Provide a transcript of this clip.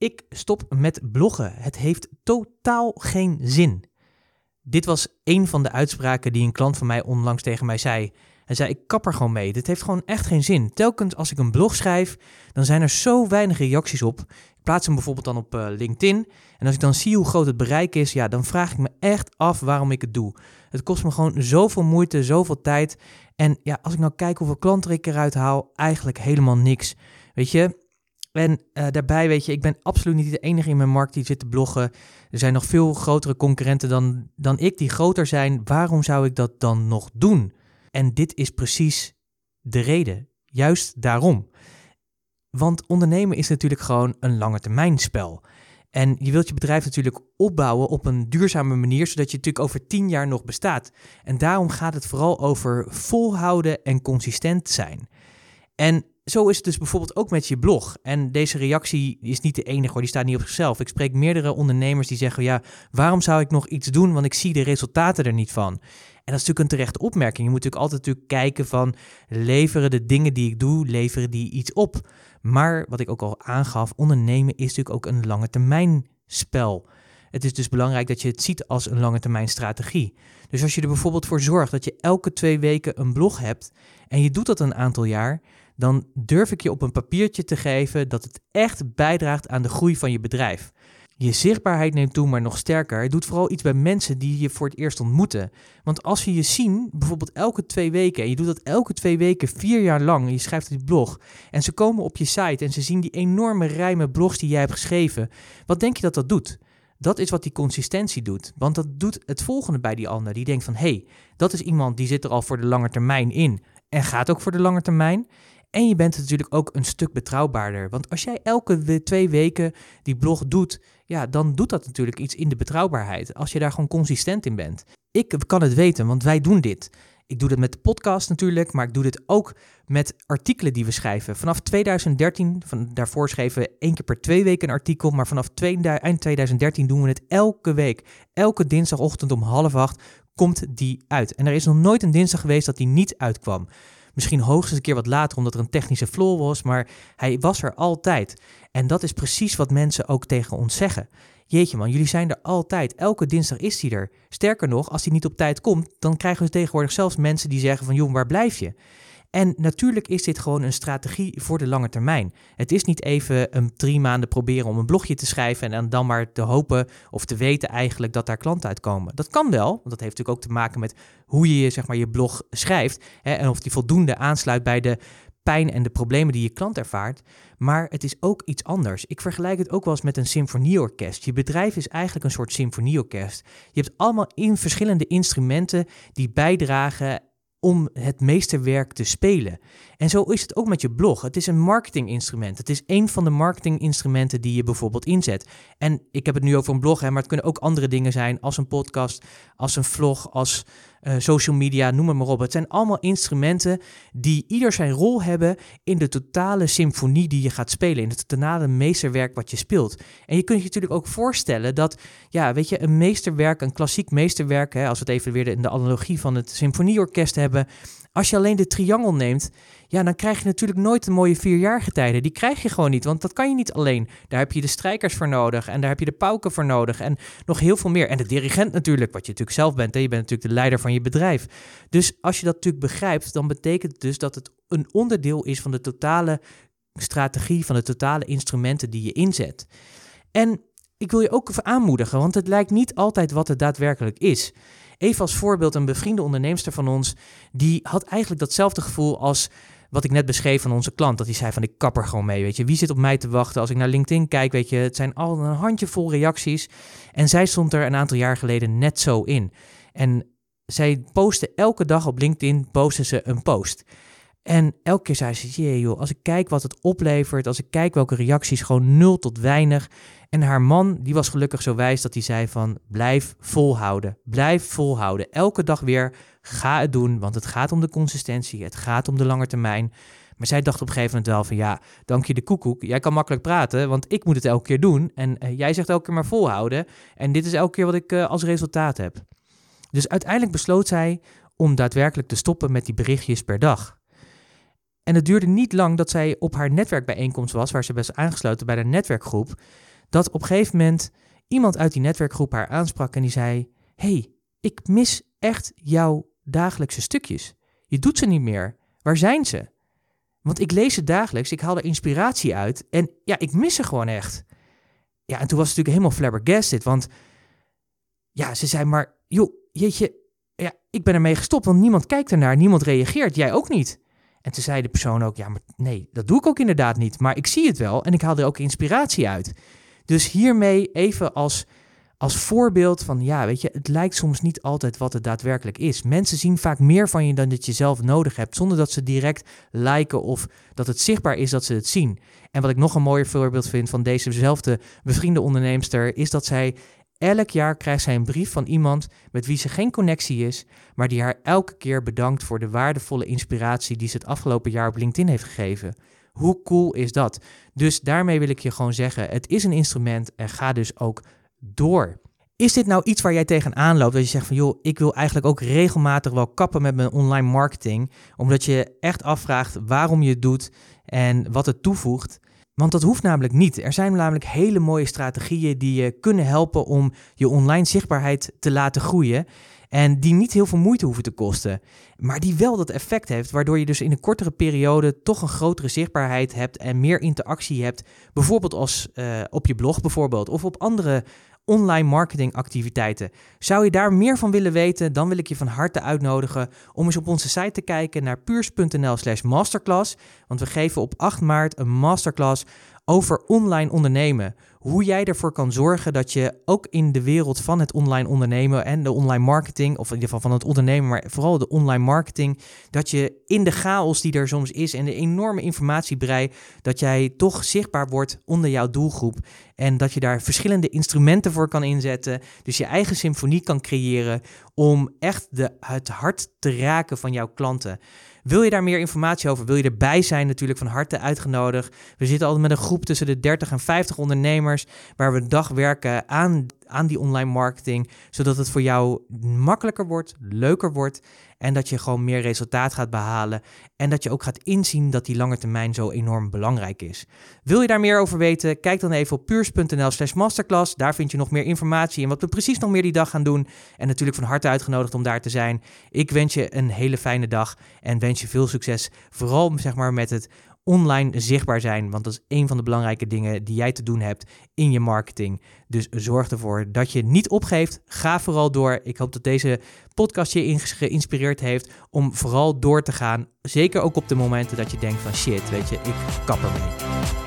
Ik stop met bloggen. Het heeft totaal geen zin. Dit was een van de uitspraken die een klant van mij onlangs tegen mij zei. Hij zei, ik kap er gewoon mee. Dit heeft gewoon echt geen zin. Telkens als ik een blog schrijf, dan zijn er zo weinig reacties op. Ik plaats hem bijvoorbeeld dan op LinkedIn. En als ik dan zie hoe groot het bereik is, ja, dan vraag ik me echt af waarom ik het doe. Het kost me gewoon zoveel moeite, zoveel tijd. En ja, als ik nou kijk hoeveel klanten ik eruit haal, eigenlijk helemaal niks. Weet je? En daarbij, weet je, ik ben absoluut niet de enige in mijn markt die zit te bloggen. Er zijn nog veel grotere concurrenten dan ik die groter zijn. Waarom zou ik dat dan nog doen? En dit is precies de reden. Juist daarom. Want ondernemen is natuurlijk gewoon een langetermijnspel. En je wilt je bedrijf natuurlijk opbouwen op een duurzame manier, zodat je natuurlijk over 10 jaar nog bestaat. En daarom gaat het vooral over volhouden en consistent zijn. En zo is het dus bijvoorbeeld ook met je blog. En deze reactie is niet de enige hoor, die staat niet op zichzelf. Ik spreek meerdere ondernemers die zeggen, ja, waarom zou ik nog iets doen, want ik zie de resultaten er niet van. En dat is natuurlijk een terechte opmerking. Je moet natuurlijk altijd kijken van, leveren de dingen die ik doe, leveren die iets op? Maar wat ik ook al aangaf, ondernemen is natuurlijk ook een lange termijn spel. Het is dus belangrijk dat je het ziet als een lange termijn strategie. Dus als je er bijvoorbeeld voor zorgt dat je elke 2 weken een blog hebt en je doet dat een aantal jaar, dan durf ik je op een papiertje te geven dat het echt bijdraagt aan de groei van je bedrijf. Je zichtbaarheid neemt toe, maar nog sterker. Het doet vooral iets bij mensen die je voor het eerst ontmoeten. Want als ze je zien, bijvoorbeeld elke 2 weken, en je doet dat elke 2 weken 4 jaar lang, en je schrijft die blog, en ze komen op je site en ze zien die enorme rij met blogs die jij hebt geschreven, wat denk je dat dat doet? Dat is wat die consistentie doet. Want dat doet het volgende bij die ander. Die denkt van, hey, dat is iemand die zit er al voor de lange termijn in en gaat ook voor de lange termijn. En je bent natuurlijk ook een stuk betrouwbaarder. Want als jij elke 2 weken die blog doet, ja, dan doet dat natuurlijk iets in de betrouwbaarheid. Als je daar gewoon consistent in bent. Ik kan het weten, want wij doen dit. Ik doe dit met de podcast natuurlijk, maar ik doe dit ook met artikelen die we schrijven. Vanaf 2013, daarvoor schreven we 1 keer per 2 weken een artikel, maar vanaf eind 2013 doen we het elke week. Elke dinsdagochtend om 7:30 komt die uit. En er is nog nooit een dinsdag geweest dat die niet uitkwam. Misschien hoogstens een keer wat later, omdat er een technische flaw was, maar hij was er altijd. En dat is precies wat mensen ook tegen ons zeggen. Jeetje man, jullie zijn er altijd. Elke dinsdag is hij er. Sterker nog, als hij niet op tijd komt, dan krijgen we tegenwoordig zelfs mensen die zeggen van, joh, waar blijf je? En natuurlijk is dit gewoon een strategie voor de lange termijn. Het is niet even 3 maanden proberen om een blogje te schrijven en dan maar te hopen of te weten eigenlijk dat daar klanten uitkomen. Dat kan wel, want dat heeft natuurlijk ook te maken met hoe je zeg maar, je blog schrijft, hè, en of die voldoende aansluit bij de pijn en de problemen die je klant ervaart. Maar het is ook iets anders. Ik vergelijk het ook wel eens met een symfonieorkest. Je bedrijf is eigenlijk een soort symfonieorkest. Je hebt allemaal verschillende instrumenten die bijdragen om het meesterwerk te spelen. En zo is het ook met je blog. Het is een marketinginstrument. Het is een van de marketinginstrumenten die je bijvoorbeeld inzet. En ik heb het nu over een blog, maar het kunnen ook andere dingen zijn als een podcast, als een vlog, als social media, noem het maar op. Het zijn allemaal instrumenten die ieder zijn rol hebben in de totale symfonie die je gaat spelen, in het totale meesterwerk wat je speelt. En je kunt je natuurlijk ook voorstellen dat, ja, weet je, een meesterwerk, een klassiek meesterwerk, hè, als we het even weer in de analogie van het symfonieorkest hebben, als je alleen de triangel neemt, ja, dan krijg je natuurlijk nooit de mooie 4-jaargetijden. Die krijg je gewoon niet, want dat kan je niet alleen. Daar heb je de strijkers voor nodig en daar heb je de pauken voor nodig en nog heel veel meer. En de dirigent natuurlijk, wat je natuurlijk zelf bent. Hè? Je bent natuurlijk de leider van je bedrijf. Dus als je dat natuurlijk begrijpt, dan betekent het dus dat het een onderdeel is van de totale strategie, van de totale instrumenten die je inzet. En ik wil je ook even aanmoedigen, want het lijkt niet altijd wat het daadwerkelijk is. Even als voorbeeld, een bevriende onderneemster van ons, die had eigenlijk datzelfde gevoel als wat ik net beschreef van onze klant. Dat hij zei van, ik kap er gewoon mee, weet je. Wie zit op mij te wachten? Als ik naar LinkedIn kijk, weet je, het zijn al een handjevol reacties. En zij stond er een aantal jaar geleden net zo in. En zij postte elke dag op LinkedIn, postte ze een post. En elke keer zei ze, jee joh, als ik kijk wat het oplevert, als ik kijk welke reacties, gewoon 0 tot weinig. En haar man, die was gelukkig zo wijs dat hij zei van, blijf volhouden. Blijf volhouden. Elke dag weer, ga het doen, want het gaat om de consistentie, het gaat om de lange termijn. Maar zij dacht op een gegeven moment wel van, ja, dank je de koekoek. Jij kan makkelijk praten, want ik moet het elke keer doen. En jij zegt elke keer maar volhouden. En dit is elke keer wat ik als resultaat heb. Dus uiteindelijk besloot zij om daadwerkelijk te stoppen met die berichtjes per dag. En het duurde niet lang dat zij op haar netwerkbijeenkomst was, waar ze best aangesloten bij de netwerkgroep. dat op een gegeven moment iemand uit die netwerkgroep haar aansprak en die zei: hey, ik mis echt jouw dagelijkse stukjes. Je doet ze niet meer. Waar zijn ze? Want ik lees ze dagelijks, ik haal er inspiratie uit en ja, ik mis ze gewoon echt. Ja, en toen was het natuurlijk helemaal flabbergasted, want ja, ze zei maar, joh, jeetje, ja, ik ben ermee gestopt, want niemand kijkt ernaar, niemand reageert, jij ook niet. En toen zei de persoon ook, ja, maar nee, dat doe ik ook inderdaad niet, maar ik zie het wel en ik haal er ook inspiratie uit. Dus hiermee even als voorbeeld van, ja, weet je, het lijkt soms niet altijd wat het daadwerkelijk is. Mensen zien vaak meer van je dan dat je zelf nodig hebt, zonder dat ze direct liken of dat het zichtbaar is dat ze het zien. En wat ik nog een mooier voorbeeld vind van dezezelfde bevriende onderneemster, is dat zij elk jaar krijgt zij een brief van iemand met wie ze geen connectie is, maar die haar elke keer bedankt voor de waardevolle inspiratie die ze het afgelopen jaar op LinkedIn heeft gegeven. Hoe cool is dat? Dus daarmee wil ik je gewoon zeggen, het is een instrument en ga dus ook door. Is dit nou iets waar jij tegenaan loopt, dat je zegt van joh, ik wil eigenlijk ook regelmatig wel kappen met mijn online marketing, omdat je echt afvraagt waarom je het doet en wat het toevoegt? Want dat hoeft namelijk niet. Er zijn namelijk hele mooie strategieën die je kunnen helpen om je online zichtbaarheid te laten groeien en die niet heel veel moeite hoeven te kosten, maar die wel dat effect heeft, waardoor je dus in een kortere periode toch een grotere zichtbaarheid hebt en meer interactie hebt, bijvoorbeeld als op je blog bijvoorbeeld, of op andere online marketingactiviteiten. Zou je daar meer van willen weten, dan wil ik je van harte uitnodigen om eens op onze site te kijken naar puurs.nl/masterclass, want we geven op 8 maart een masterclass over online ondernemen. Hoe jij ervoor kan zorgen dat je ook in de wereld van het online ondernemen en de online marketing, of in ieder geval van het ondernemen, maar vooral de online marketing, dat je in de chaos die er soms is en de enorme informatiebrei, dat jij toch zichtbaar wordt onder jouw doelgroep en dat je daar verschillende instrumenten voor kan inzetten, dus je eigen symfonie kan creëren om echt het hart te raken van jouw klanten. Wil je daar meer informatie over? Wil je erbij zijn? Natuurlijk van harte uitgenodigd. We zitten altijd met een groep tussen de 30 en 50 ondernemers waar we een dag werken aan die online marketing, zodat het voor jou makkelijker wordt, leuker wordt en dat je gewoon meer resultaat gaat behalen en dat je ook gaat inzien dat die lange termijn zo enorm belangrijk is. Wil je daar meer over weten? Kijk dan even op puurs.nl/masterclass. Daar vind je nog meer informatie en wat we precies nog meer die dag gaan doen. En natuurlijk van harte uitgenodigd om daar te zijn. Ik wens je een hele fijne dag en wens je veel succes. Vooral zeg maar met het online zichtbaar zijn, want dat is een van de belangrijke dingen die jij te doen hebt in je marketing. Dus zorg ervoor dat je niet opgeeft. Ga vooral door. Ik hoop dat deze podcast je geïnspireerd heeft om vooral door te gaan. Zeker ook op de momenten dat je denkt van shit, weet je, ik kap ermee.